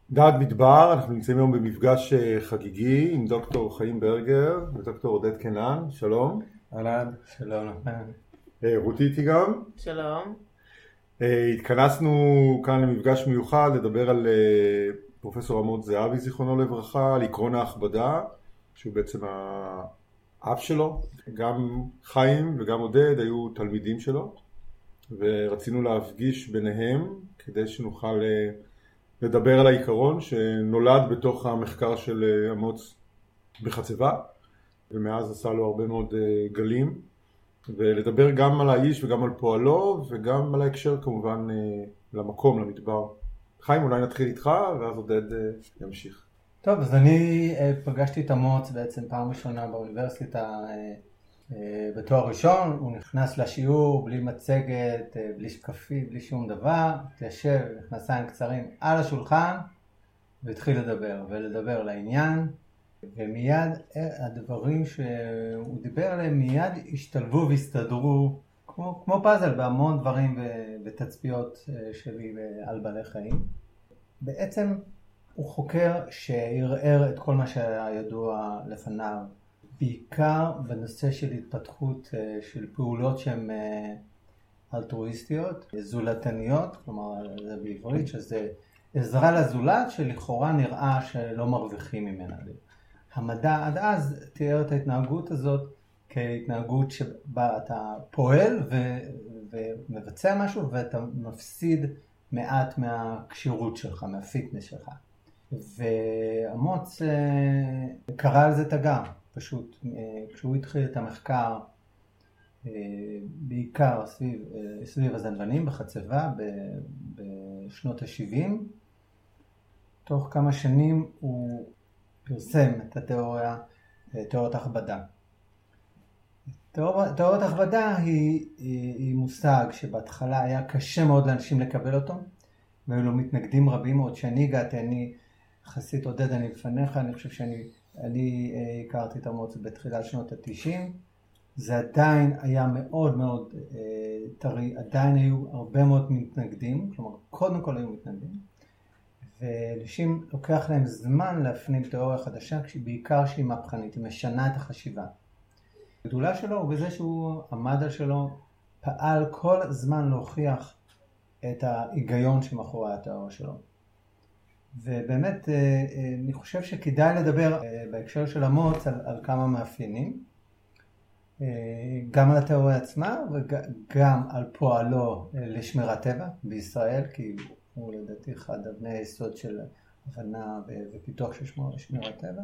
דעת מדבר, אנחנו נמצאים היום במפגש חגיגי עם דוקטור חיים ברגר ודוקטור עודד קנן, שלום. אהלן, שלום. רותי איתי גם. שלום. התכנסנו כאן למפגש מיוחד לדבר על פרופסור אמוץ זהבי זיכרונו לברכה, על עקרון ההכבדה, שהוא בעצם האב שלו. גם חיים וגם עודד היו תלמידים שלו, ורצינו להפגיש ביניהם כדי שנוכל לדבר על העיקרון שנולד בתוך המחקר של אמוץ בחצבה, ומאז עשה לו הרבה מאוד גלים, ולדבר גם על האיש וגם על פועלו וגם על ההקשר כמובן למקום, למדבר. חיים, אולי נתחיל איתך ואז עודד ימשיך. טוב, אז אני פגשתי את אמוץ בעצם פעם ראשונה באוניברסיטה בתואר ראשון. הוא נכנס לשיעור בלי מצגת, בלי שקפית, בלי שום דבר, התיישב, מכנסיים קצרים על השולחן והתחיל לדבר לעניין, ומיד הדברים שהוא דיבר עליהם מיד השתלבו והסתדרו כמו פאזל בהמון דברים ותצפיות שלי על בעלי חיים. בעצם הוא חוקר שערער את כל מה שהיה ידוע לפניו, בעיקר בנושא של התפתחות של פעולות שהן אלטרואיסטיות, זולתניות, כלומר זה בעברית, שזה עזרה לזולת שלכאורה נראה שלא מרוויחים ממנה. המדע עד אז תיאר את ההתנהגות הזאת כהתנהגות שבה אתה פועל ומבצע משהו ואתה מפסיד מעט מהקשירות שלך, מהפיטנס שלך. ואמוץ קרא על זה תגר, פשוט כשהוא התחיל את המחקר בעיקר סביב הזנבנים בחצבה בשנות ה-70, תוך כמה שנים הוא פרסם את תיאוריית הכבדה. תיאוריית הכבדה היא מושג שבהתחלה היה קשה מאוד לאנשים לקבל אותו, והיו לו מתנגדים רבים. עוד שאני הגעתי, אני יחסית עודד, אני לפניך, אני חושב שאני הכרתי את אמוץ בתחילת שנות ה-90. זה עדיין היה מאוד מאוד טרי, עדיין היו הרבה מאוד מתנגדים, כלומר קודם כל היו מתנגדים, ואנשים לוקח להם זמן להפנים תיאוריה חדשה, בעיקר שהיא מהפכנית, היא משנה את החשיבה. הגדולה שלו הוא בזה שהוא עמד על שלו, פעל כל הזמן להוכיח את ההיגיון שמאחורי התיאוריה שלו. ובאמת אני חושב שכדאי לדבר בהקשר של אמוץ על כמה מאפיינים, גם על התיאוריה עצמה וגם על פועלו לשמירת טבע בישראל, כי הוא לדעתי אחד אבני היסוד של הבנה ופיתוח של שמירת טבע,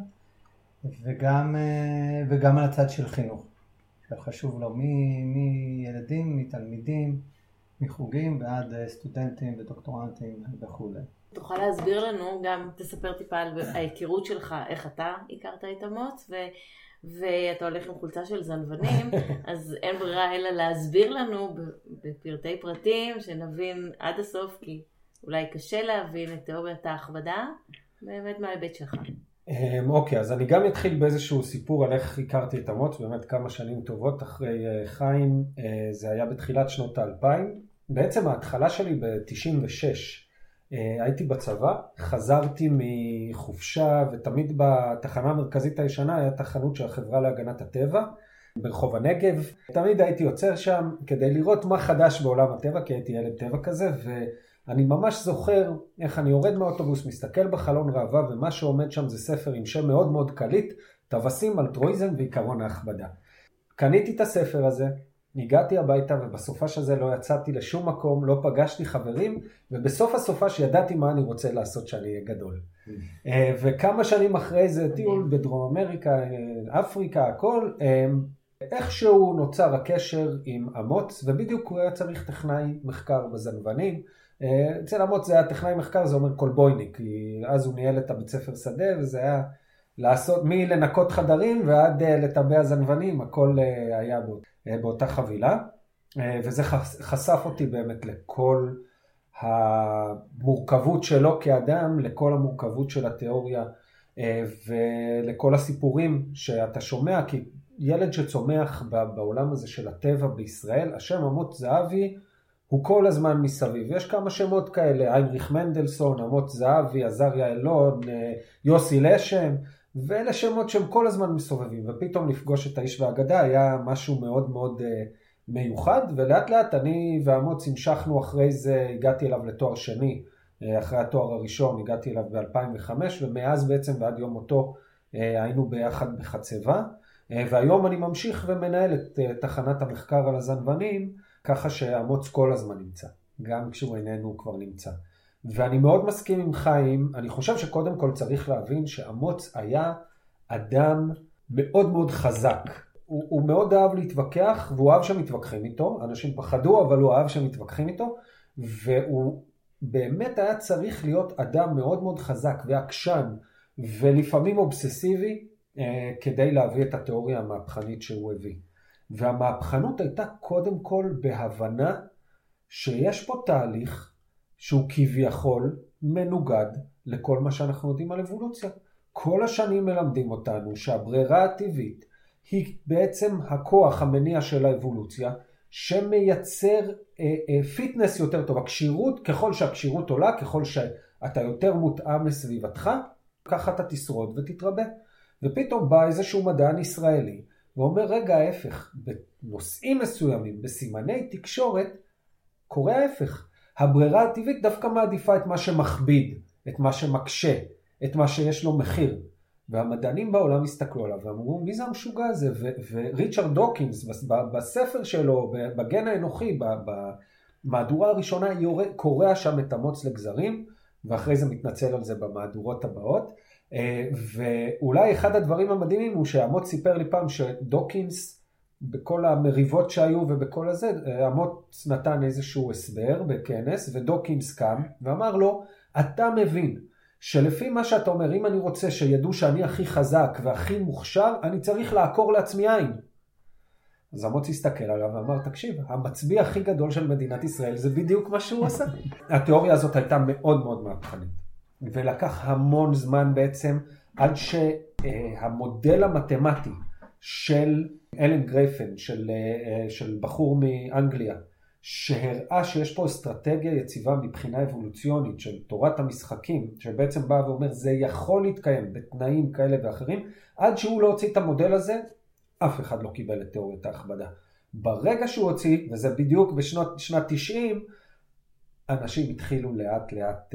וגם על הצד של חינוך, שחשוב לו מילדים, מתלמידים, מחוגים ועד סטודנטים ודוקטורנטים וכו'. תוכל להסביר לנו, גם תספר טיפה על ההיכרות שלך, איך אתה הכרת את אמוץ, ואתה הולך עם חולצה של זנבנים, אז אין ברירה אלא להסביר לנו בפרטי פרטים, שנבין עד הסוף, כי אולי קשה להבין את תיאוריית ההכבדה, באמת מההיבט שלך. אוקיי, אז אני גם אתחיל באיזשהו סיפור על איך הכרתי את אמוץ, באמת כמה שנים טובות אחרי חיים, זה היה בתחילת שנות ה-2000, בעצם ההתחלה שלי ב-96, הייתי בצבא, חזרתי מחופשה, ותמיד בתחנה המרכזית הישנה היה תחנות של החברה להגנת הטבע, ברחוב הנגב. תמיד הייתי יוצר שם כדי לראות מה חדש בעולם הטבע, כי הייתי ילד טבע כזה, ואני ממש זוכר איך אני יורד מהאוטובוס, מסתכל בחלון ראווה, ומה שעומד שם זה ספר עם שם מאוד מאוד קליט, טווסים, אלטרואיזם ועיקרון ההכבדה. קניתי את הספר הזה, הגעתי הביתה, ובסופש הזה לא יצאתי לשום מקום, לא פגשתי חברים, ובסוף הסופש ידעתי מה אני רוצה לעשות שאני אהיה גדול. וכמה שנים אחרי זה, טיול בדרום אמריקה, אפריקה, הכל, איכשהו נוצר הקשר עם אמוץ, ובדיוק הוא היה צריך טכנאי מחקר בזנבנים. אצל אמוץ זה היה טכנאי מחקר, זה אומר קולבויניק, כי אז הוא ניהל את הבית ספר שדה, וזה היה לעשות מלנקות חדרים ועד לטבע זנבנים, הכל היה באותה חבילה, וזה חשף אותי באמת לכל המורכבות שלו כאדם, לכל המורכבות של התיאוריה, ולכל הסיפורים שאתה שומע, כי ילד שצומח בעולם הזה של הטבע בישראל, השם אמוץ זהבי הוא כל הזמן מסביב. יש כמה שמות כאלה, היינריך מנדלסון, אמוץ זהבי, עזריה אלון, יוסי לשם, ואלה שמות שהם כל הזמן מסובבים, ופתאום לפגוש את האיש והאגדה היה משהו מאוד מאוד מיוחד, ולאט לאט אני ואמוץ המשכנו אחרי זה, הגעתי אליו לתואר שני, אחרי התואר הראשון הגעתי אליו ב-2005, ומאז בעצם ועד יום מותו היינו ביחד בחצבה, והיום אני ממשיך ומנהל את תחנת המחקר על הזנבנים, ככה שאמוץ כל הזמן נמצא, גם כשהוא איננו הוא כבר נמצא. ואני מאוד מסכים עם חיים, אני חושב שקודם כל צריך להבין שאמוץ היה אדם מאוד מאוד חזק. הוא מאוד אהב להתווכח, והוא אהב שמתווכחים איתו, אנשים פחדו, אבל הוא אהב שמתווכחים איתו, והוא באמת היה צריך להיות אדם מאוד מאוד חזק ועקשן, ולפעמים אובססיבי, כדי להביא את התיאוריה המהפכנית שהוא הביא. והמהפכנות הייתה קודם כל בהבנה שיש פה תהליך שהוא כביכול מנוגד לכל מה שאנחנו יודעים על אבולוציה. כל השנים מלמדים אותנו שהברירה הטבעית היא בעצם הכוח המניע של האבולוציה, שמייצר פיטנס יותר טוב. הקשירות, ככל שהקשירות עולה, ככל שאתה יותר מותאם לסביבתך, ככה אתה תשרוד ותתרבה. ופתאום בא איזשהו מדען ישראלי, ואומר רגע ההפך, בנושאים מסוימים, בסימני תקשורת, קורה ההפך. הברירה הטבעית דווקא מעדיפה את מה שמכביד, את מה שמקשה, את מה שיש לו מחיר. והמדענים בעולם הסתכלו עליו ואמרו, מי זה המשוגע הזה? וריצ'רד דוקינס בספר שלו, בגן האנוכי, במהדורה הראשונה, קורא שם את המוץ לגזרים, ואחרי זה מתנצל על זה במהדורות הבאות. ואולי אחד הדברים המדהימים הוא שהמוץ סיפר לי פעם שדוקינס, בכל המריבות שהיו ובכל הזה, המוץ נתן איזשהו הסבר בכנס, ודוקינס קם ואמר לו, אתה מבין שלפי מה שאתה אומר, אם אני רוצה שידעו שאני הכי חזק והכי מוכשר, אני צריך לעקור לעצמי עין. אז המוץ הסתכל עליו ואמר, תקשיב, המצביע הכי גדול של מדינת ישראל זה בדיוק מה שהוא עשה. התיאוריה הזאת הייתה מאוד מאוד מהפכנית, ולקח המון זמן בעצם, עד שהמודל המתמטי של אלן גרייפן, של בחור מאנגליה, שהראה שיש פה אסטרטגיה יציבה מבחינה אבולוציונית של תורת המשחקים, שבעצם בא ואומר זה יכול להתקיים בתנאים כאלה ואחרים, עד שהוא לא הוציא את המודל הזה, אף אחד לא קיבל את תיאוריית ההכבדה. ברגע שהוא הוציא, וזה בדיוק בשנת 90, אנשים התחילו לאט לאט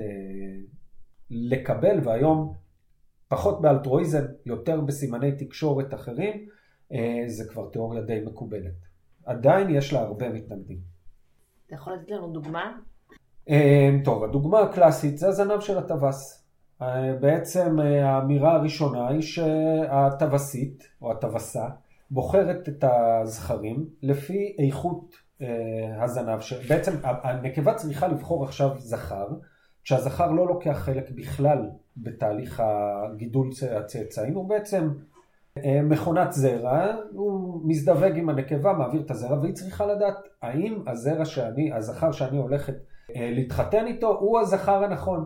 לקבל, והיום פחות באלטרואיזם, יותר בסימני תקשורת אחרים, זה כבר תיאוריה די מקובלת. עדיין יש לה הרבה מתנגדים. אתה יכול לתת לנו דוגמה? טוב, הדוגמה הקלאסית זה הזנב של הטווס. בעצם האמירה הראשונה היא שהטווסית או הטווסה בוחרת את הזכרים לפי איכות הזנב. בעצם הנקבה צריכה לבחור עכשיו זכר, כשהזכר לא לוקח חלק בכלל בתהליך הגידול הצאצאים, הוא בעצם מכונת זרע, הוא מזדווג עם הנקבה, מעביר את הזרע, והיא צריכה לדעת האם הזכר שאני הולכת להתחתן איתו, הוא הזכר הנכון.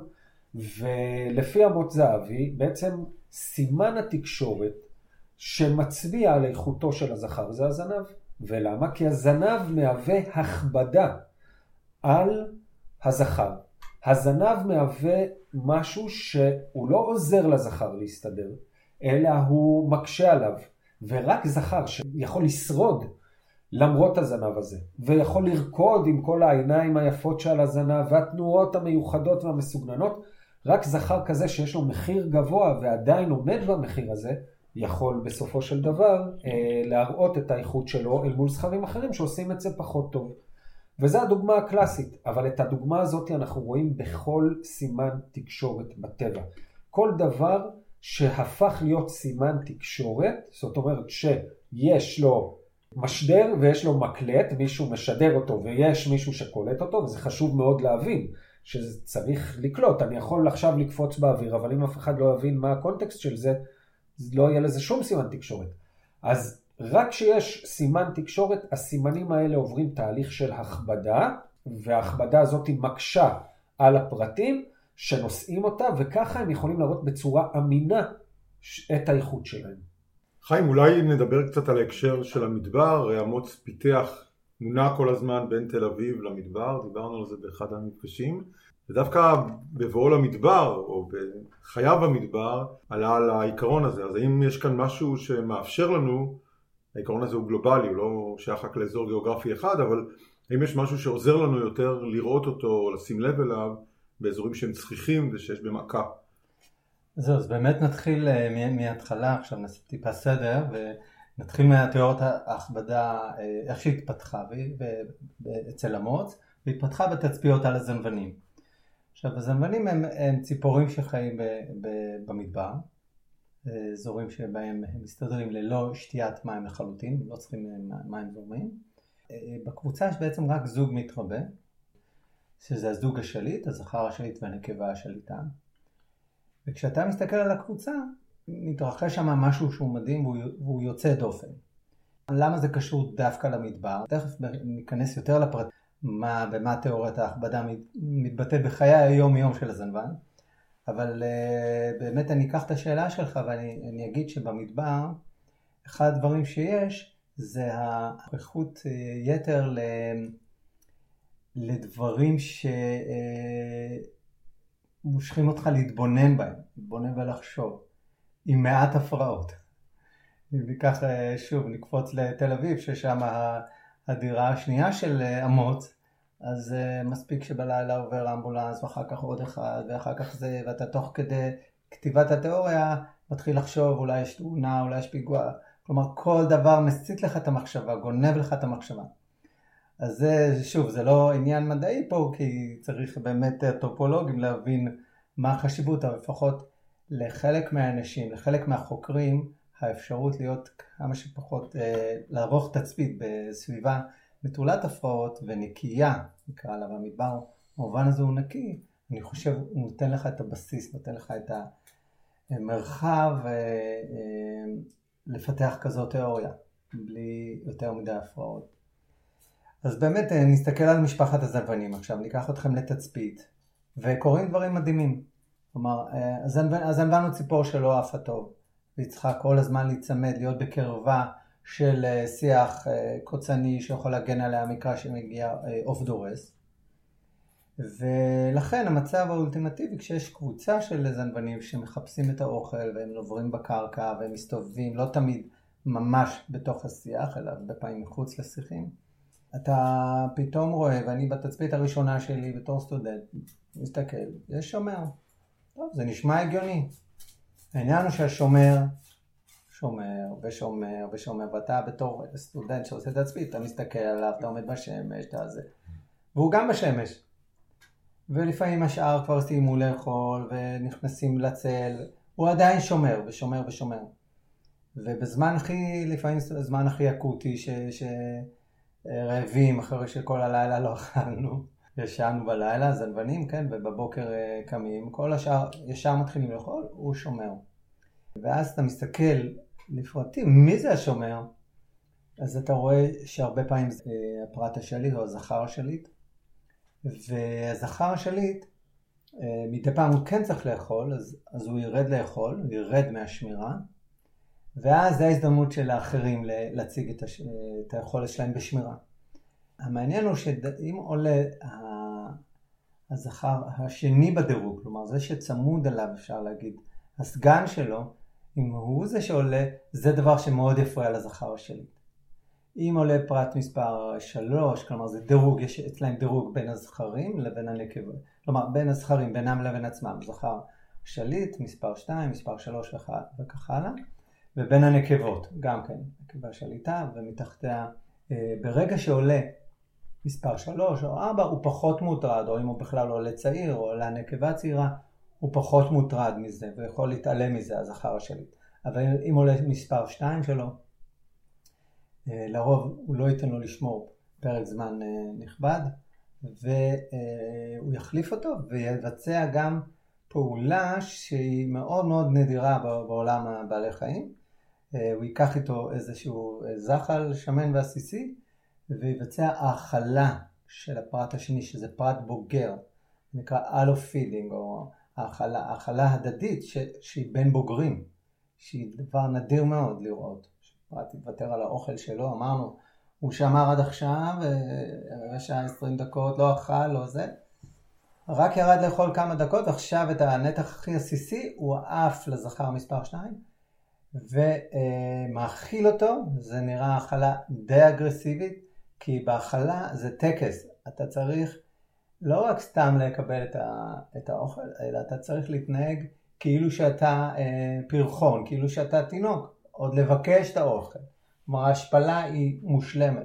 ולפי אמוץ זהבי, בעצם סימן התקשורת שמצביע על איכותו של הזכר זה הזנב. ולמה? כי הזנב מהווה הכבדה על הזכר. הזנב מהווה משהו שהוא לא עוזר לזכר להסתדר, אלא הוא מקשה עליו. ורק זכר שיכול לשרוד למרות הזנב הזה, ויכול לרקוד עם כל העיניים היפות של הזנב, והתנועות המיוחדות והמסוגננות, רק זכר כזה שיש לו מחיר גבוה ועדיין עומד במחיר הזה, יכול בסופו של דבר להראות את האיכות שלו אל מול זכרים אחרים שעושים את זה פחות טוב. וזו הדוגמה הקלאסית, אבל את הדוגמה הזאת אנחנו רואים בכל סימן תקשורת בטבע. כל דבר שהפך להיות סימן תקשורת, זאת אומרת שיש לו משדר ויש לו מקלט, מישהו משדר אותו ויש מישהו שקולט אותו, וזה חשוב מאוד להבין שזה צריך לקלוט. אני יכול עכשיו לקפוץ באוויר, אבל אם אף אחד לא יבין מה הקונטקסט של זה, לא יהיה לזה שום סימן תקשורת. אז רק כשיש סימן תקשורת, הסימנים האלה עוברים תהליך של הכבדה, וההכבדה הזאת מקשה על הפרטים שנושאים אותה, וככה הם יכולים להראות בצורה אמינה את האיכות שלהם. חיים, אולי נדבר קצת על ההקשר של המדבר. אמוץ פיתח נע כל הזמן בין תל אביב למדבר, דיברנו על זה באחד המפגשים, ודווקא בבואו למדבר, או בחייו במדבר, עלה על העיקרון הזה. אז האם יש כאן משהו שמאפשר לנו, העיקרון הזה הוא גלובלי, הוא לא שייך רק לאזור גיאוגרפי אחד, אבל האם יש משהו שעוזר לנו יותר לראות אותו, או לשים לב אליו, באזורים שהם צריכים ושיש במכה? זהו, אז באמת נתחיל מההתחלה, עכשיו נעשה טיפה סדר, ונתחיל מהתיאוריות ההכבדה, איך שהתפתחה אצל אמוץ, והתפתחה בתצפיות על הזנבנים. עכשיו, הזנבנים הם ציפורים שחיים במדבר, אזורים שבהם הם מסתדרים ללא שתיית מים לחלוטין, לא צריכים מים זורמים. בקבוצה יש בעצם רק זוג מתרבה, שזה הזוג השליט, הזכר השליט והנקבה השליטה. וכשאתה מסתכל על הקבוצה, מתרחש שם משהו שהוא מדהים והוא יוצא דופן. למה זה קשור דווקא למדבר? תכף ניכנס יותר לפרט במה תיאוריית ההכבדה מתבטאת בחיי היום יום של הזנבן. אבל באמת אני אקח את השאלה שלך ואני אגיד שבמדבר, אחד הדברים שיש זה האיכות יתר לדברים שמושכים אותך להתבונן בהם, להתבונן ולחשוב, עם מעט הפרעות. אם ניקח שוב, נקפוץ לתל אביב, ששם הדירה השנייה של אמוץ, אז מספיק שבלילה עובר אמבולנס, ואחר כך עוד אחד, ואחר כך זה, ואתה תוך כדי כתיבת התיאוריה, מתחיל לחשוב, אולי יש תאונה, אולי יש פיגוע. כלומר, כל דבר מסית לך את המחשבה, גונב לך את המחשבה. אז זה, שוב, זה לא עניין מדעי פה, כי צריך באמת טופולוגים להבין מה החשיבות, אבל לפחות לחלק מהאנשים, לחלק מהחוקרים, האפשרות להיות כמה שפחות, לערוך תצפית בסביבה נטולת הפרעות ונקייה, נקרא לה במדבר, במובן הזה הוא נקי, אני חושב הוא נותן לך את הבסיס, נותן לך את המרחב לפתח כזאת תיאוריה, בלי יותר מדי הפרעות. אז באמת נסתכל על משפחת הזנבנים עכשיו, ניקח אתכם לתצפית, וקוראים דברים מדהימים. כלומר, הזנבן הוא ציפור שלא עפה טוב, והיא צריכה כל הזמן להיצמד, להיות בקרבה של שיח קוצני שיכול להגן עליה מקרה שמגיע אוף דורס. ולכן המצב האולטימטיבי, כשיש קבוצה של זנבנים שמחפשים את האוכל והם עוברים בקרקע והם מסתובבים, לא תמיד ממש בתוך השיח, אלא בפעמים מחוץ לשיחים, אתה פתאום רואה, ואני בתצפית הראשונה שלי בתור סטודנט, מסתכל, יש שומר. טוב, זה נשמע הגיוני. העניין הוא שהשומר שומר ושומר ושומר, ואתה בתור סטודנט שעושה תצפית, אתה מסתכל עליו, אתה עומד בשמש, אתה זה. והוא גם בשמש. ולפעמים השאר כבר סיימו לאכול ונכנסים לצל, הוא עדיין שומר ושומר ושומר. ובזמן הכי, לפעמים זמן הכי אקוטי רעבים אחרי שכל הלילה לא אכלנו, ישנו בלילה, זנבנים, כן, ובבוקר קמים, כל השאר ישר מתחילים לאכול, הוא שומר. ואז אתה מסתכל לפרטים, מי זה השומר? אז אתה רואה שהרבה פעמים זה הפרט השליט או הזכר השליט, והזכר השליט, מדי פעם הוא כן צריך לאכול, אז הוא ירד לאכול, הוא ירד מהשמירה, ואז זה ההזדמנות של האחרים להציג את היכולת שלהם בשמירה. המעניין הוא שאם עולה הזכר השני בדירוג, כלומר זה שצמוד עליו אפשר להגיד, הסגן שלו, אם הוא זה שעולה, זה דבר שמאוד יפריע לזכר השליט. אם עולה פרט מספר 3, כלומר זה דירוג, יש אצלהם דירוג בין הזכרים לבין הנקבות. כלומר בין הזכרים, בינם לבין עצמם, זכר שליט, מספר 2, מספר 3 וכך הלאה. ובין הנקבות, גם כן, נקבה שליטה, ומתחתיה, ברגע שעולה מספר 3 או 4, הוא פחות מוטרד, או אם הוא בכלל עולה צעיר, או עולה נקבה צעירה, הוא פחות מוטרד מזה, ויכול להתעלם מזה, הזכר השליט. אבל אם עולה מספר 2 שלו, לרוב הוא לא ייתן לו לשמור פרק זמן נכבד, והוא יחליף אותו, ויבצע גם פעולה שהיא מאוד מאוד נדירה בעולם הבעלי חיים. הוא ייקח איתו איזשהו זחל שמן ועסיסי, ויבצע האכלה של הפרט השני, שזה פרט בוגר, נקרא אלו-פידינג, או האכלה הדדית שהיא בין בוגרים, שהיא דבר נדיר מאוד לראות. שפרט יוותר על האוכל שלו, אמרנו, הוא שמר עד עכשיו, שעה 20 דקות, לא אכל, לא זה. רק ירד לאכול כמה דקות, ועכשיו את הנתח הכי עסיסי, הוא עף לזכר מספר 2, ומאכיל אותו. זה נראה אכלה די אגרסיבית, כי באכלה זה טקס. אתה צריך לא רק סתם לקבל את האוכל, אלא אתה צריך להתנהג כאילו שאתה פרחון, כאילו שאתה תינוק, עוד לבקש את האוכל. כלומר, ההשפלה היא מושלמת.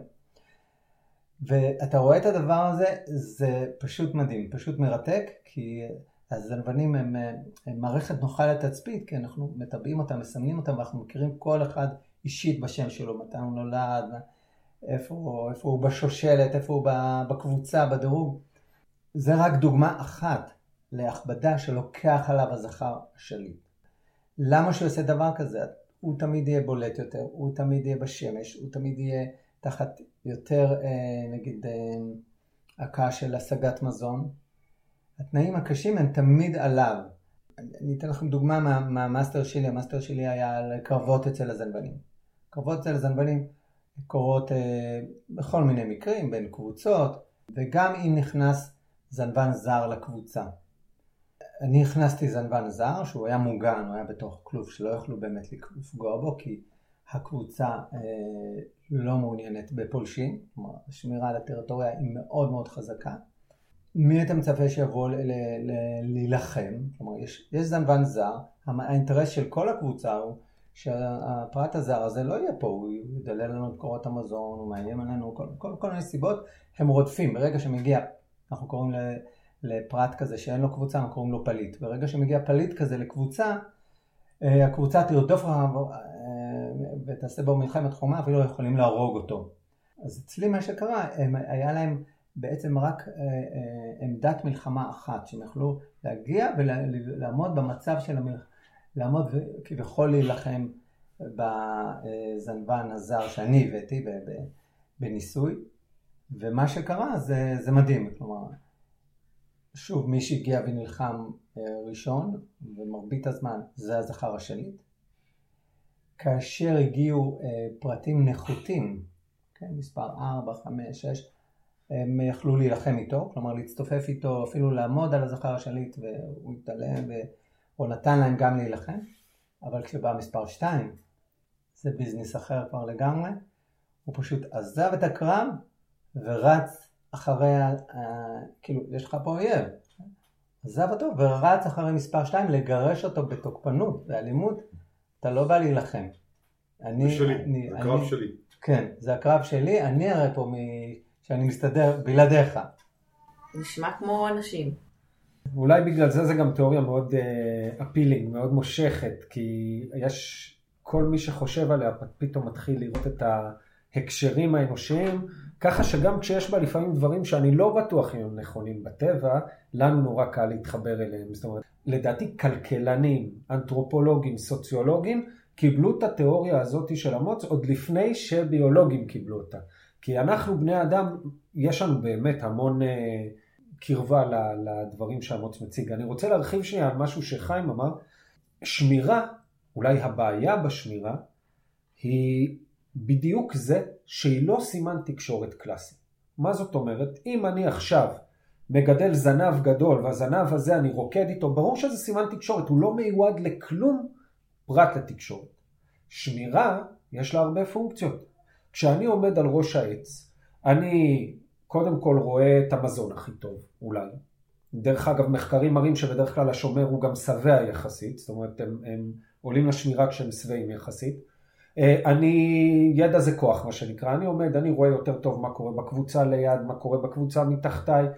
ואתה רואה את הדבר הזה, זה פשוט מדהים, פשוט מרתק, כי הזנבנים הם מערכת נוחה לתצפית, כי אנחנו מטבעים אותם, מסמנים אותם, ואנחנו מכירים כל אחד אישית בשם שלו, מתי הוא נולד, איפה הוא בשושלת, איפה הוא בקבוצה, בדירוג. זה רק דוגמה אחת להכבדה שלוקח עליו הזכר השליט. למה שהוא עושה דבר כזה? הוא תמיד יהיה בולט יותר, הוא תמיד יהיה בשמש, הוא תמיד יהיה תחת יותר, נגיד, הקה של השגת מזון. התנאים הקשים הם תמיד עליו. אני אתן לכם דוגמה מהמאסטר שלי. המאסטר שלי היה על קרבות אצל הזנבנים. קרבות אצל הזנבנים קורות בכל מיני מקרים, בין קבוצות, וגם אם נכנס זנבן זר לקבוצה. אני הכנסתי זנבן זר שהוא היה מוגן, הוא היה בתוך כלוב שלא יכלו באמת לפגוע בו, כי הקבוצה לא מעוניינת בפולשים, כלומר השמירה על הטריטוריה היא מאוד מאוד חזקה. מי אתה מצפה שיבוא להילחם? כלומר יש זנבן זר, האינטרס של כל הקבוצה הוא שהפרט הזר הזה לא יהיה פה, הוא ידלל לנו את קורות המזון, הוא מאיים עלינו, כל מיני סיבות הם רודפים. ברגע שמגיע, אנחנו קוראים לפרט כזה שאין לו קבוצה, אנחנו קוראים לו פליט. ברגע שמגיע פליט כזה לקבוצה, הקבוצה תרדוף ותעשה בו מלחמת חומה, אפילו יכולים להרוג אותו. אז אצלי מה שקרה, היה להם בעצם רק עמדת מלחמה אחת, שהם יכלו להגיע ולעמוד במצב של לעמוד וכביכול להילחם בזנבן הזר שאני הבאתי בניסוי. ומה שקרה זה מדהים, כלומר, שוב, מי שהגיע ונלחם ראשון, ומרבית הזמן זה הזכר השליט. כאשר הגיעו פרטים נחותים, כן, מספר 4, 5, 6, הם יכלו להילחם איתו, כלומר להצטופף איתו, אפילו לעמוד על הזכר השליט, והוא התעלם, או נתן להם גם להילחם. אבל כשבא מספר 2, זה ביזנס אחר כבר לגמרי, הוא פשוט עזב את הקרב, ורץ אחרי, כאילו, יש לך פה אויב, עזב אותו ורץ אחרי מספר 2 לגרש אותו בתוקפנות, באלימות. אתה לא בא להילחם. זה שלי, זה הקרב שלי. כן, זה הקרב שלי, אני הרי פה שאני מסתדר בלעדיך. נשמע כמו אנשים. אולי בגלל זה גם תיאוריה מאוד אפילינג, מאוד מושכת, כי יש כל מי שחושב עליה פתאום מתחיל לראות את ההקשרים האנושיים, ככה שגם כשיש בה לפעמים דברים שאני לא בטוח אם הם נכונים בטבע, לנו נורא קל להתחבר אליהם. זאת אומרת, לדעתי כלכלנים, אנתרופולוגים, סוציולוגים, קיבלו את התיאוריה הזאת של אמוץ עוד לפני שביולוגים קיבלו אותה. כי אנחנו בני אדם, יש לנו באמת המון קרבה לדברים שאמוץ מציג. אני רוצה להרחיב שנייה על משהו שחיים אמר, שמירה, אולי הבעיה בשמירה, היא בדיוק זה שהיא לא סימן תקשורת קלאסי. מה זאת אומרת? אם אני עכשיו מגדל זנב גדול, והזנב הזה אני רוקד איתו, ברור שזה סימן תקשורת, הוא לא מיועד לכלום פרט לתקשורת. שמירה, יש לה הרבה פונקציות. כשאני עומד על ראש העץ, אני קודם כל רואה את המזון הכי טוב, אולי. דרך אגב, מחקרים מראים שבדרך כלל השומר הוא גם שבע יחסית, זאת אומרת, הם עולים לשמירה כשהם שבעים יחסית. ידע זה כוח, מה שנקרא. אני עומד, אני רואה יותר טוב מה קורה בקבוצה ליד, מה קורה בקבוצה מתחתיי.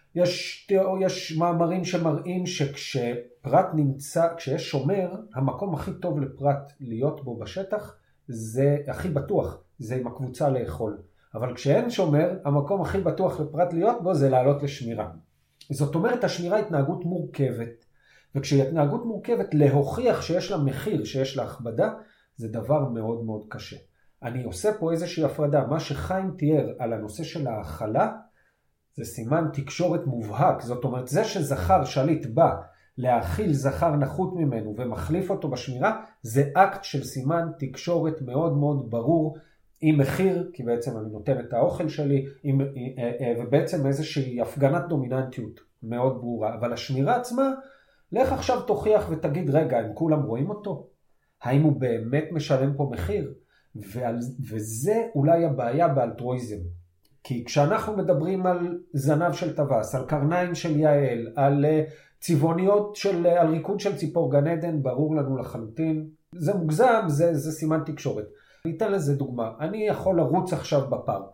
יש מאמרים שמראים שכשפרט נמצא, כשיש שומר, המקום הכי טוב לפרט להיות בו בשטח, זה הכי בטוח, זה עם הקבוצה לאכול. אבל כשאין שומר, המקום הכי בטוח לפרט להיות בו זה לעלות לשמירה. זאת אומרת, השמירה היא התנהגות מורכבת, וכשהיא התנהגות מורכבת, להוכיח שיש לה מחיר, שיש לה הכבדה, זה דבר מאוד מאוד קשה. אני עושה פה איזושהי הפרדה. מה שחיים תיאר על הנושא של האכלה, זה סימן תקשורת מובהק. זאת אומרת, זה שזכר שליט בא להאכיל זכר נחות ממנו ומחליף אותו בשמירה, זה אקט של סימן תקשורת מאוד מאוד ברור עם מחיר, כי בעצם אני נותן את האוכל שלי, ובעצם איזושהי הפגנת דומיננטיות מאוד ברורה. אבל השמירה עצמה, לך עכשיו תוכיח ותגיד, רגע, הם כולם רואים אותו? האם הוא באמת משלם פה מחיר? וזה אולי הבעיה באלטרואיזם. כי כשאנחנו מדברים על זנב של טווס, על קרניים של יעל, על צבעוניות, על ריקוד של ציפור גן עדן, ברור לנו לחלוטין. זה מוגזם, זה סימן תקשורת. אני אתן לזה דוגמה. אני יכול לרוץ עכשיו בפארק.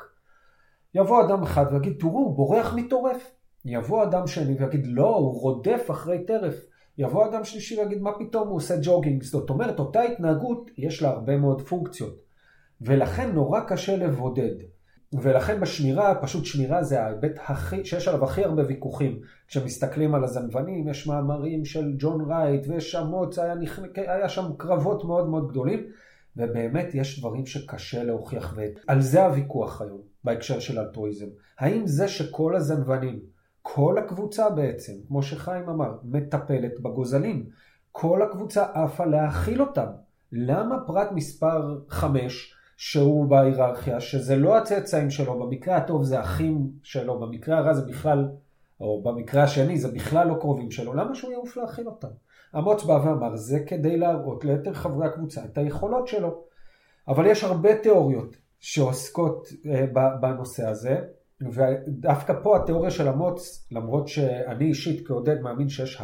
יבוא אדם אחד ויגיד, תראו, הוא בורח מטורף. יבוא אדם שני ויגיד, לא, הוא רודף אחרי טרף. יבוא אדם שלישי ויגיד, מה פתאום הוא עושה ג'וגינג? זאת אומרת, אותה התנהגות יש לה הרבה מאוד פונקציות. ולכן נורא קשה לבודד. ולכן בשמירה, פשוט שמירה זה ההיבט שיש עליו הכי הרבה ויכוחים. כשמסתכלים על הזנבנים, יש מאמרים של ג'ון רייט, ויש אמוץ, היה שם קרבות מאוד מאוד גדולים, ובאמת יש דברים שקשה להוכיח, ועל זה הוויכוח היום, בהקשר של אלטרואיזם. האם זה שכל הזנבנים, כל הקבוצה בעצם, כמו שחיים אמר, מטפלת בגוזלים, כל הקבוצה עפה להאכיל אותם. למה פרט מספר 5, שהוא בהיררכיה, שזה לא הצאצאים שלו, במקרה הטוב זה אחים שלו, במקרה הרע זה בכלל, או במקרה השני זה בכלל לא קרובים שלו, למה שהוא יעוף להאכיל אותם? אמוץ בא ואמר, זה כדי להראות ליתר חברי הקבוצה את היכולות שלו. אבל יש הרבה תיאוריות שעוסקות בנושא הזה, ודווקא פה התיאוריה של אמוץ, למרות שאני אישית כעודד מאמין שיש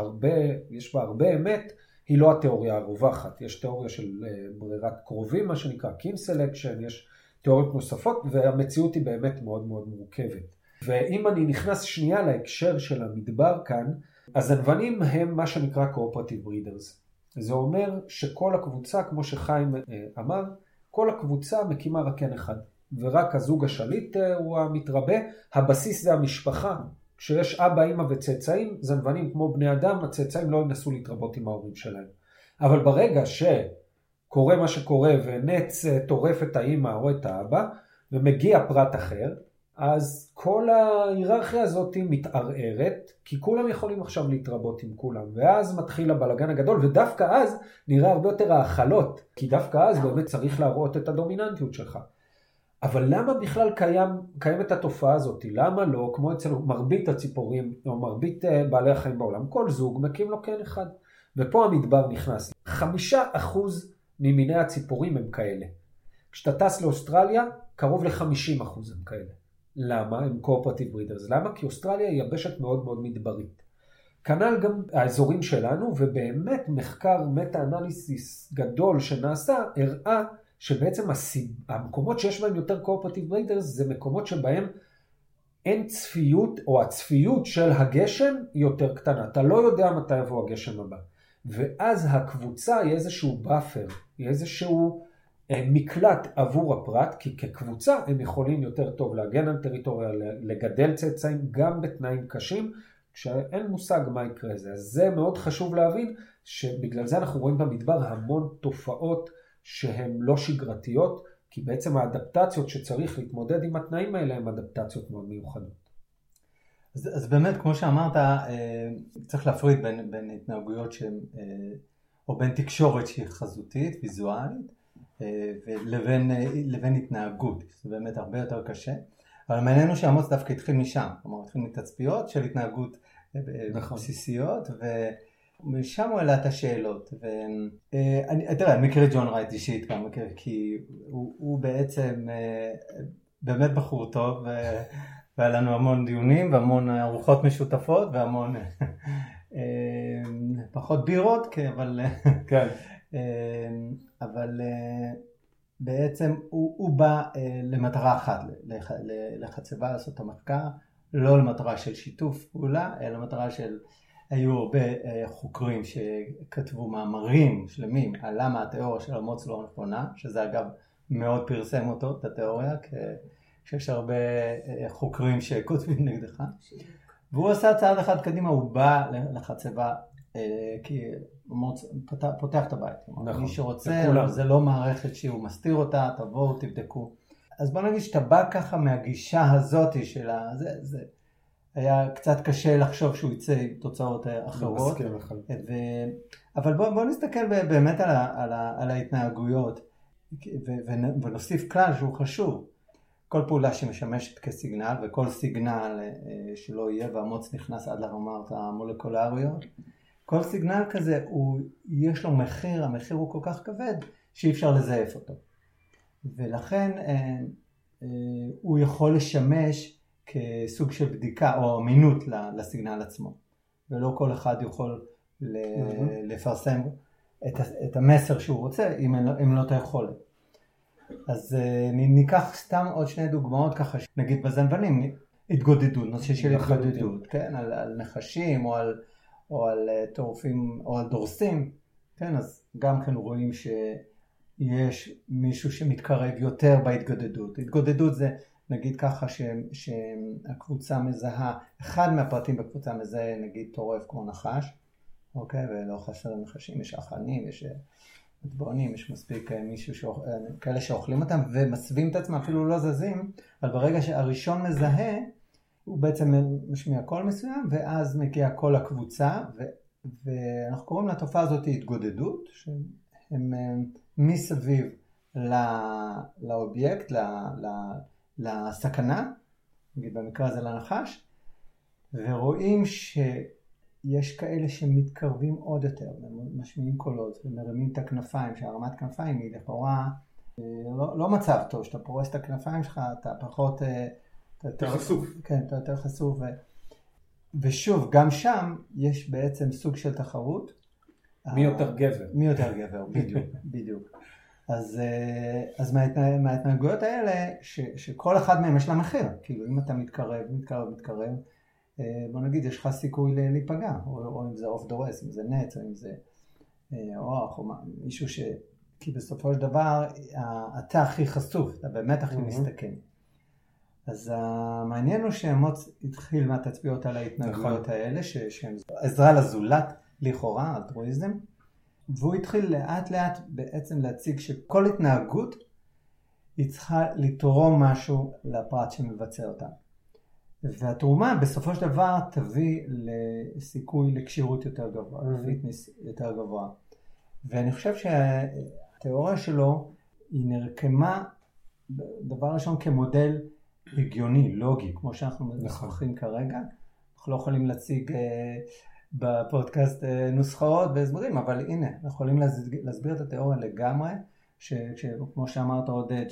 בה הרבה אמת, היא לא התיאוריה הרווחת. יש תיאוריה של ברירת קרובים, מה שנקרא kin selection, יש תיאוריות נוספות, והמציאות היא באמת מאוד מאוד מורכבת. ואם אני נכנס שנייה להקשר של המדבר כאן, הזנבנים הם מה שנקרא cooperative breeders. זה אומר שכל הקבוצה, כמו שחיים אמר, כל הקבוצה מקימה רקן אחד. ורק הזוג השליט הוא המתרבה, הבסיס זה המשפחה. כשיש אבא, אמא וצאצאים, זנבנים כמו בני אדם, הצאצאים לא ינסו להתרבות עם ההורים שלהם. אבל ברגע שקורה מה שקורה ונץ טורף את האמא או את האבא, ומגיע פרט אחר, אז כל ההיררכיה הזאת מתערערת, כי כולם יכולים עכשיו להתרבות עם כולם, ואז מתחיל הבלגן הגדול, ודווקא אז נראה הרבה יותר האכלות, כי דווקא אז באמת צריך להראות את הדומיננטיות שלך. אבל למה בכלל קיימת התופעה הזאת? למה לא, כמו אצל מרבית הציפורים, או מרבית בעלי החיים בעולם, כל זוג מקים לו קן אחד. ופה המדבר נכנס. 5% ממיני הציפורים הם כאלה. כשאתה טס לאוסטרליה, קרוב ל-50% הם כאלה. למה? הם cooperative breeders. למה? כי אוסטרליה היא יבשת מאוד מאוד מדברית. כנ"ל גם האזורים שלנו, ובאמת מחקר מטה-אנליסיס גדול שנעשה, הראה שבעצם המקומות שיש בהם יותר cooperative breeders, זה מקומות שבהם אין צפיות, או הצפיות של הגשם היא יותר קטנה. אתה לא יודע מתי יבוא הגשם הבא. ואז הקבוצה היא איזשהו באפר, היא איזשהו מקלט עבור הפרט, כי כקבוצה הם יכולים יותר טוב להגן על טריטוריה, לגדל צאצאים גם בתנאים קשים, כשאין מושג מה יקרה זה. אז זה מאוד חשוב להבין, שבגלל זה אנחנו רואים במדבר המון תופעות שהן לא שגרתיות, כי בעצם האדפטציות שצריך להתמודד עם התנאים האלה, הן אדפטציות מאוד מיוחדות. אז באמת, כמו שאמרת, צריך להפריד בין התנהגויות שהן, או בין תקשורת שהיא חזותית, ויזואלית, לבין התנהגות. זה באמת הרבה יותר קשה. אבל מעניינו שהאמוץ דווקא התחיל משם. כלומר, התחיל מתצפיות של התנהגות בסיסיות, ומשם הוא העלה את השאלות. תראה, אני מכיר את ג'ון רייט אישית, כי הוא בעצם באמת בחור טוב, והיה לנו המון דיונים והמון ארוחות משותפות והמון פחות בירות, אבל בעצם הוא בא למטרה אחת, לחצבה לעשות את המחקר, לא למטרה של שיתוף פעולה, אלא למטרה של, היו הרבה חוקרים שכתבו מאמרים שלמים על למה התיאוריה של אמוץ לא נכונה, שזה אגב מאוד פרסם אותו, את התיאוריה, שיש הרבה חוקרים שכותבים נגדך, והוא עשה צעד אחד קדימה, הוא בא לחצבה, כי אמוץ פותח את הבית, מי שרוצה, זה לא מערכת שהוא מסתיר אותה, תבואו תבדקו. אז בוא נגיד שאתה בא ככה מהגישה הזאת שלה, זה היה קצת קשה לחשוב שהוא יצא עם תוצאות אחרות, אבל בוא נסתכל באמת על ההתנהגויות. ונוסיף כלל שהוא חשוב. כל פעולה שמשמשת כסיגנל, וכל סיגנל שלא יהיה, והמוץ נכנס עד לרמות המולקולריות, כל סיגנל כזה, יש לו מחיר, המחיר הוא כל כך כבד, שאי אפשר לזייף אותו. ולכן הוא יכול לשמש כסוג של בדיקה או אמינות לסיגנל עצמו. ולא כל אחד יכול לפרסם את המסר שהוא רוצה, אם לא את היכולת. אז ניקח סתם עוד שני דוגמאות ככה, נגיד בזנבנים, התגודדות, נושא של התגודדות, כן, על נחשים או על טורפים או על דורסים, כן, אז גם כן רואים שיש מישהו שמתקרב יותר בהתגודדות. התגודדות זה נגיד ככה שהקבוצה מזהה, אחד מהפרטים בקבוצה מזהה נגיד טורף כמו נחש, אוקיי, ולא חסר נחשים, יש אחנים, יש מטבעונים, יש מספיק כאלה שאוכלים אותם ומסווים את עצמם, אפילו לא זזים, אבל ברגע שהראשון מזהה, הוא בעצם משמיע קול מסוים, ואז מגיע קול הקבוצה, ואנחנו קוראים לתופעה הזאת התגודדות, שהם מסביב לאובייקט, לסכנה, נגיד במקרה הזה לנחש, ורואים יש כאלה שמתקרבים עוד יותר, משמיעים קולות ומרימים את הכנפיים, שהרמת כנפיים היא לכאורה לא מצב טוב, שאתה פורס את הכנפיים שלך, אתה פחות... יותר חשוף. כן, אתה יותר חשוף. ושוב, גם שם יש בעצם סוג של תחרות. מי יותר גבר. מי יותר גבר, בדיוק, בדיוק. אז מההתנהגויות האלה, שכל אחד מהם יש לה מחיר, כאילו אם אתה מתקרב, בוא נגיד, יש לך סיכוי להיפגע, או אם זה אוף דורס, אם זה נץ, או אם זה אוח, או מישהו כי בסופו של דבר, אתה הכי חשוף, אתה באמת הכי מסתכן. אז המעניין הוא שהמוץ התחיל מהתצפיות על ההתנהגויות האלה, שהן עזרה לזולת, לכאורה, אלטרואיזם, והוא התחיל לאט לאט בעצם להציג שכל התנהגות היא צריכה לתרום משהו לפרט שמבצע אותה. והתרומה בסופו של דבר תביא לסיכוי לקשירות יותר גבוה, לפיטנס יותר גבוה. ואני חושב שהתיאוריה שלו היא נרקמה דבר ראשון כמודל הגיוני, לוגי, כמו שאנחנו משוחחים כרגע. אנחנו לא יכולים להציג בפודקאסט נוסחאות והסברים, אבל הנה, אנחנו יכולים להסביר את התיאוריה לגמרי, כמו שאמרת עודד,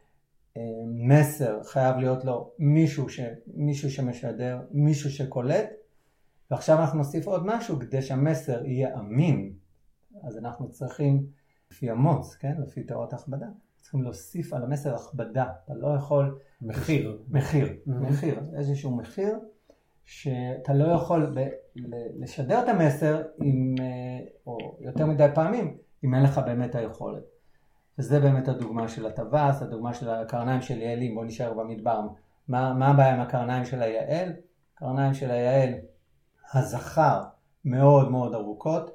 מסר חייב להיות לו מישהו שמשדר, מישהו שקולט, ועכשיו אנחנו נוסיף עוד משהו כדי שהמסר יהיה אמין. אז אנחנו צריכים, לפי המוץ, כן? לפי תיאוריית ההכבדה, צריכים להוסיף על המסר הכבדה. אתה לא יכול... מחיר, איזשהו מחיר, שאתה לא יכול לשדר את המסר, או יותר מדי פעמים, אם אין לך באמת היכולת. וזה באמת הדוגמה של הטווס, הדוגמה של הקרניים של יעלים, בוא נשאר במדבר. מה הבעיה עם הקרניים של היעל? הקרניים של היעל, הזכר מאוד מאוד ארוכות,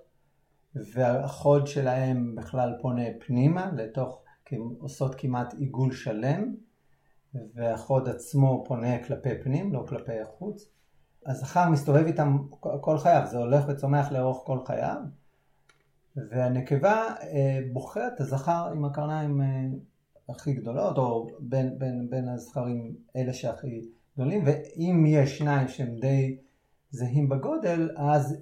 והחוד שלהם בכלל פונה פנימה, עושות כמעט עיגול שלם, והחוד עצמו פונה כלפי פנים, לא כלפי החוץ. הזכר מסתובב איתם כל חייו, זה הולך וצומח לאורך כל חייו, והנקבה בוחרת את הזכר עם הקרניים הכי גדולות, או בין הזכרים אלה שהכי גדולים, ואם יש שניים שהם די זהים בגודל, אז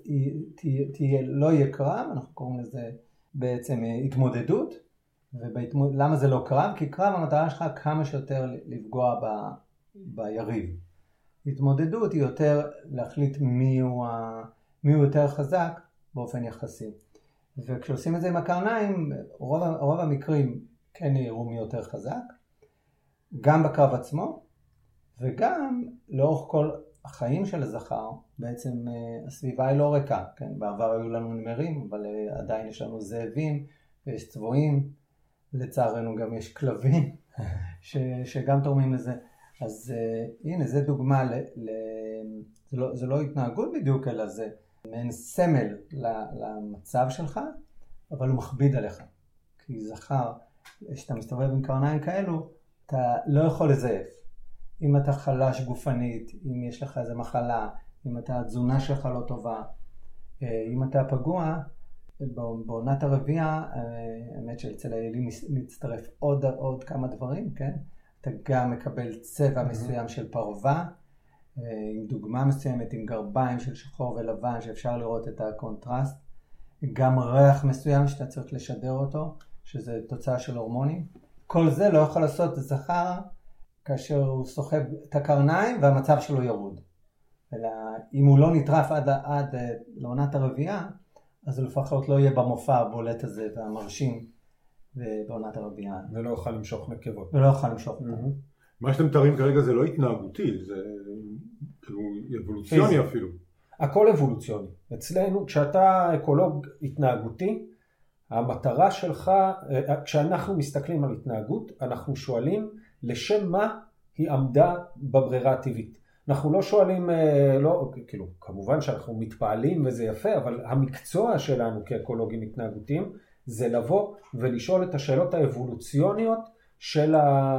לא יהיה קרב, אנחנו קוראים לזה בעצם התמודדות. למה זה לא קרב? כי קרב המטרה שלך כמה שיותר לפגוע ביריב. התמודדות היא יותר להחליט מי הוא יותר חזק באופן יחסי. וכשעושים את זה עם הקרניים, רוב המקרים כן יראו מי יותר חזק, גם בקרב עצמו, וגם לאורך כל החיים של הזכר, בעצם הסביבה היא לא ריקה. כן? בעבר היו לנו נמרים, אבל עדיין יש לנו זאבים, ויש צבועים, לצערנו גם יש כלבים, שגם תורמים לזה. אז הנה, זה דוגמה, זה לא התנהגות בדיוק, אלא זה מעין סמל למצב שלך, אבל הוא מכביד עליך. כי זכר, כשאתה מסתובב עם קרניים כאלו, אתה לא יכול לזייף. אם אתה חלש גופנית, אם יש לך איזו מחלה, אם התזונה שלך לא טובה, אם אתה פגוע, בעונת הרביעה, האמת שאצל האיילים מצטרף עוד כמה דברים, כן? אתה גם מקבל צבע מסוים של פרווה, עם דוגמה מסוימת, עם גרביים של שחור ולבן, שאפשר לראות את הקונטרסט, גם ריח מסוים שאתה צריך לשדר אותו, שזה תוצאה של הורמונים. כל זה לא יכול לעשות זכר כאשר הוא סוחב את הקרניים והמצב שלו ירוד. אלא אם הוא לא נטרף עד לעונת הרביעה, אז הוא לפחות לא יהיה במופע הבולט הזה והמרשים בעונת הרביעה. ולא יוכל למשוך נקבות. ולא יוכל למשוך אותם. מה שאתם מתארים כרגע זה לא התנהגותי, זה אבולוציוני אפילו. הכל אבולוציוני. אצלנו, כשאתה אקולוג התנהגותי, המטרה שלך, כשאנחנו מסתכלים על התנהגות, אנחנו שואלים לשם מה היא עמדה בברירה הטבעית. אנחנו לא שואלים, כאילו, כמובן שאנחנו מתפעלים וזה יפה, אבל המקצוע שלנו כאקולוגים התנהגותיים, זה לבוא ולשאול את השאלות האבולוציוניות של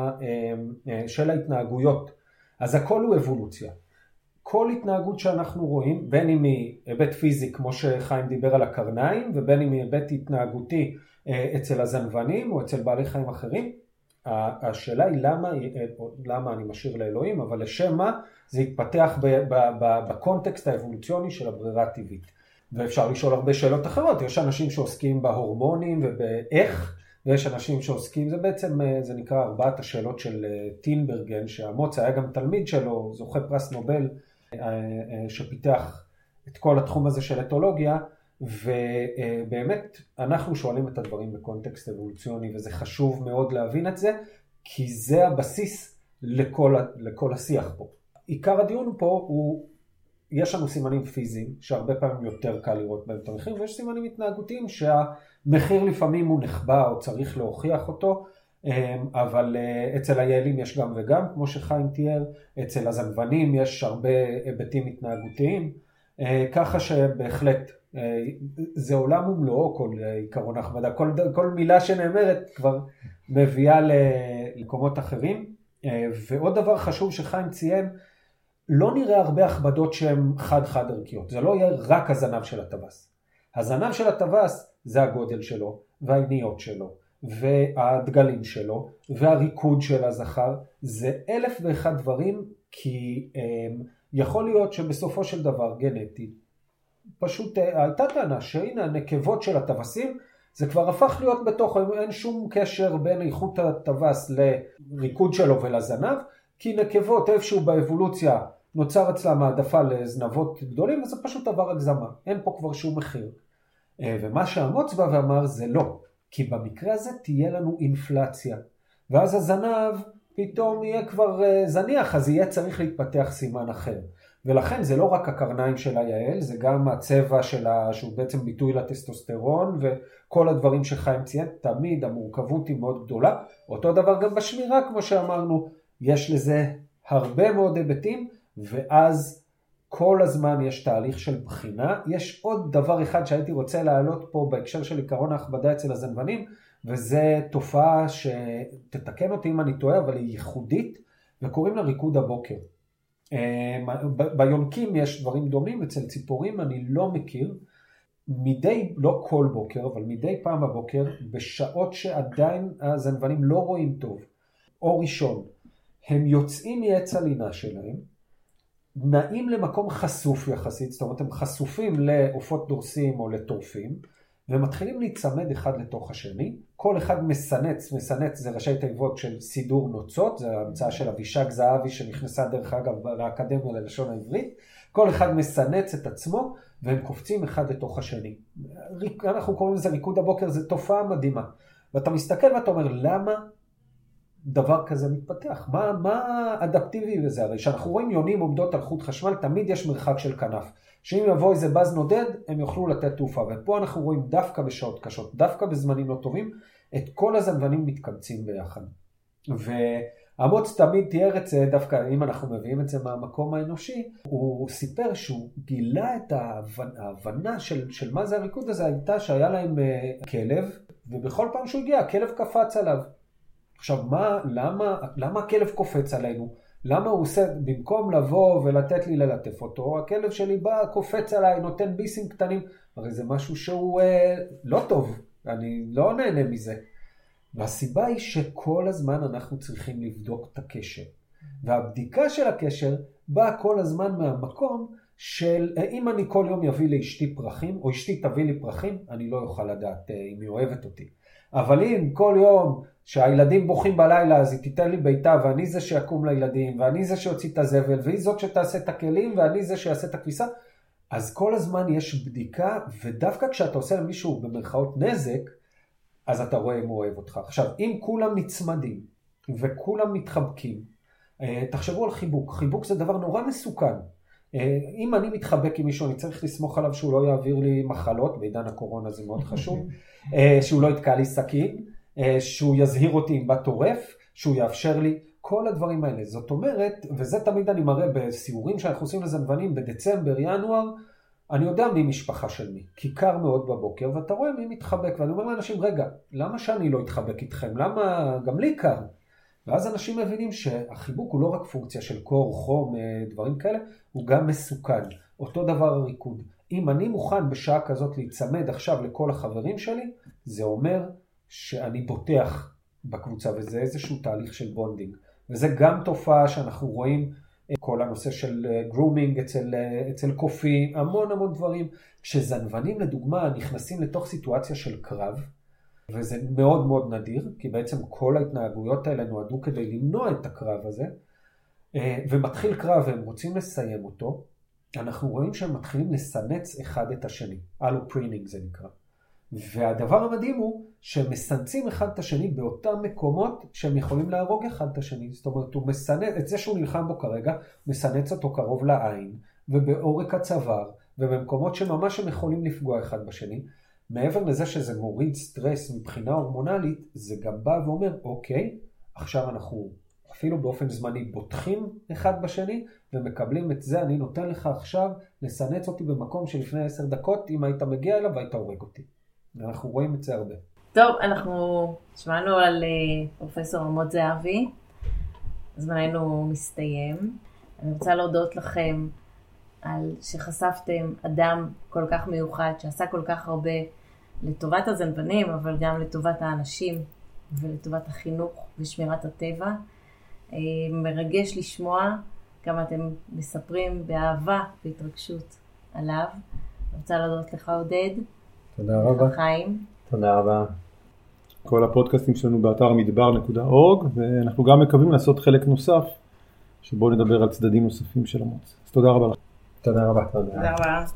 ההתנהגויות. אז הכל הוא אבולוציה. כל התנהגות שאנחנו רואים, בין אם היא היבט פיזי, כמו שחיים דיבר על הקרניים, ובין אם היא היבט התנהגותי אצל הזנבנים או אצל בעלי חיים אחרים, השאלה היא למה אני משאיר לאלוהים, אבל לשם מה זה יתפתח בקונטקסט האבולוציוני של הברירה הטבעית. ואפשר לשאול הרבה שאלות אחרות, יש אנשים שעוסקים בהורמונים ובאיך, ויש אנשים שעוסקים, זה נקרא 4 השאלות של טינברגן, שאמוץ היה גם תלמיד שלו, זוכה פרס נובל, שפיתח את כל התחום הזה של אתולוגיה, ובאמת אנחנו שואלים את הדברים בקונטקסט אבולוציוני, וזה חשוב מאוד להבין את זה, כי זה הבסיס לכל השיח פה. עיקר הדיון פה הוא, יש לנו סימנים פיזיים, שהרבה פעמים יותר קל לראות בהם את המחיר, ויש סימנים התנהגותיים שהמחיר לפעמים הוא נחבא או צריך להוכיח אותו, אבל אצל היעלים יש גם וגם, כמו שחיים תיאר, אצל הזנבנים יש הרבה היבטים התנהגותיים, ככה שבהחלט זה עולם ומלואו כל עיקרון ההכבדה, כל מילה שנאמרת כבר מביאה למקומות אחרים. ועוד דבר חשוב שחיים ציין, לא נראה הרבה הכבדות שהן חד ערכיות, זה לא יהיה רק הזנב של הטווס. הזנב של הטווס זה הגודל שלו והעיניות שלו והדגלים שלו והריקוד של הזכר, זה 1001 דברים, כי יכול להיות שבסופו של דבר גנטי, פשוט הייתה טענה שהנה הנקבות של הטווסים, זה כבר הפך להיות בתוך, אין שום קשר בין איכות הטווס לריקוד שלו ולזנב, כי נקבות איפשהו באבולוציה נוצר אצלם העדפה לזנבות גדולים, וזה פשוט עבר הגזמה, אין פה כבר שום מחיר. ומה שהאמוץ בא ואמר זה לא, כי במקרה הזה תהיה לנו אינפלציה, ואז הזנב פתאום יהיה כבר זניח, אז יהיה צריך להתפתח סימן אחר. ולכן זה לא רק הקרניים של היעל, זה גם הצבע שלה, שהוא בעצם ביטוי לטסטוסטרון, וכל הדברים שחיים ציין, תמיד המורכבות היא מאוד גדולה. אותו דבר גם בשמירה, כמו שאמרנו, יש לזה הרבה מאוד היבטים, ואז כל הזמן יש תהליך של בחינה. יש עוד דבר אחד שהייתי רוצה להעלות פה בהקשר של עיקרון ההכבדה אצל הזנבנים, וזה תופעה שתתקן אותי אם אני טועה, אבל היא ייחודית, וקוראים לה ריקוד הבוקר. ביונקים יש דברים דומים, אצל ציפורים אני לא מכיר, לא כל בוקר, אבל מדי פעם בבוקר, בשעות שעדיין הזנבנים לא רואים טוב, או ראשון, הם יוצאים מעץ הלינה שלהם, נעים למקום חשוף יחסית, זאת אומרת הם חשופים לעופות דורסים או לטורפים, ומתחילים להיצמד אחד לתוך השני, כל אחד מסנץ זה ראשי תיבות של סידור נוצות, זה המצאה של אבישג זהבי שנכנסה דרך אגב לאקדמיה ללשון העברית, כל אחד מסנץ את עצמו והם קופצים אחד לתוך השני. אנחנו קוראים לזה ריקוד הבוקר, זה תופעה מדהימה. ואתה מסתכל ואתה אומר, למה דבר כזה מתפתח? מה אדפטיבי בזה? הרי שאנחנו רואים יונים עומדות על חוט חשמל, תמיד יש מרחק של כנף. שאם יבוא איזה בז נודד, הם יוכלו לתת תעופה. ופה אנחנו רואים דווקא בשעות קשות, דווקא בזמנים לא טובים, את כל הזנבנים מתקבצים ביחד. והאמוץ תמיד תיאר את זה, דווקא אם אנחנו מביאים את זה מהמקום האנושי, הוא סיפר שהוא גילה את ההבנה של מה זה הריקוד הזה, הייתה שהיה להם כלב, ובכל פעם שהוא הגיע, הכלב קפץ עליו. עכשיו, למה הכלב קופץ עלינו? למה הוא עושה, במקום לבוא ולתת לי ללטף אותו, הכלב שלי בא, קופץ עליי, נותן ביסים קטנים, הרי זה משהו שהוא לא טוב, אני לא נהנה מזה. והסיבה היא שכל הזמן אנחנו צריכים לבדוק את הקשר. והבדיקה של הקשר באה כל הזמן מהמקום של אם אני כל יום יביא לאשתי פרחים, או אשתי תביא לי פרחים, אני לא אוכל לדעת אם היא אוהבת אותי. אבל אם כל יום שהילדים בוכים בלילה, אז היא תיתן לי ביתה, ואני זה שיקום לילדים, ואני זה שיוציא את הזבל, והיא זאת שתעשה את הכלים, ואני זה שיעשה את הכביסה, אז כל הזמן יש בדיקה, ודווקא כשאתה עושה למישהו במרכאות נזק, אז אתה רואה אם הוא אוהב אותך. עכשיו, אם כולם נצמדים, וכולם מתחבקים, תחשבו על חיבוק. חיבוק זה דבר נורא מסוכן. אם אני מתחבק עם מישהו, אני צריך לסמוך עליו שהוא לא יעביר לי מחלות, בעידן הקורונה זה מאוד חשוב, שהוא לא יתקע לי סכין, שהוא יזהיר אותי אם בא טורף, שהוא יאפשר לי, כל הדברים האלה. זאת אומרת, וזה תמיד אני מראה בסיורים שאנחנו עושים לזנבנים, בדצמבר, ינואר, אני יודע מי משפחה של מי, כי קר מאוד בבוקר, ואתה רואה מי מתחבק, ואני אומר לאנשים, רגע, למה שאני לא אתחבק איתכם? למה גם לי קר? ואז אנשים מבינים שהחיבוק הוא לא רק פונקציה של קור, חום, דברים כאלה, הוא גם מסוכן. אותו דבר הריקוד. אם אני מוכן בשעה כזאת להצמד עכשיו לכל החברים שלי, זה אומר שאני בוטח בקבוצה, וזה איזשהו תהליך של בונדינג. וזה גם תופעה שאנחנו רואים, כל הנושא של גרומינג אצל קופי, המון דברים. כשזנבנים לדוגמה נכנסים לתוך סיטואציה של קרב, וזה מאוד מאוד נדיר, כי בעצם כל ההתנהגויות האלה נועדו כדי למנוע את הקרב הזה, ומתחיל קרב והם רוצים לסיים אותו, אנחנו רואים שהם מתחילים לסנץ אחד את השני, אלופרינינג זה נקרא. והדבר המדהים הוא שהם מסנצים אחד את השני באותם מקומות שהם יכולים להרוג אחד את השני. זאת אומרת, הוא מסנץ, את זה שהוא נלחם בו כרגע, מסנץ אותו קרוב לעין, ובעורק הצוואר, ובמקומות שממש הם יכולים לפגוע אחד בשני. מעבר לזה שזה מוריד סטרס מבחינה הורמונלית, זה גם בא ואומר, אוקיי, עכשיו אנחנו אפילו באופן זמני בוטחים אחד בשני, ומקבלים את זה, אני נותן לך עכשיו לסנץ אותי במקום שלפני 10 דקות, אם היית מגיע אליו והיית הורג אותי. ואנחנו רואים את זה הרבה. טוב, אנחנו שמענו על פרופסור עמוד זהבי, זמננו מסתיים. אני רוצה להודות לכם על שחשפתם אדם כל כך מיוחד, שעשה כל כך הרבה לטובת הזנבנים, אבל גם לטובת האנשים ולטובת החינוך ושמירת הטבע. מרגש לשמוע כמה אתם מספרים באהבה והתרגשות עליו. אני רוצה להודות לך עודד. תודה רבה. חיים. תודה רבה. כל הפודקאסטים שלנו באתר מדבר.org, ואנחנו גם מקווים לעשות חלק נוסף, שבו נדבר על צדדים נוספים של אמוץ. אז תודה רבה לך. תודה רבה. תודה רבה.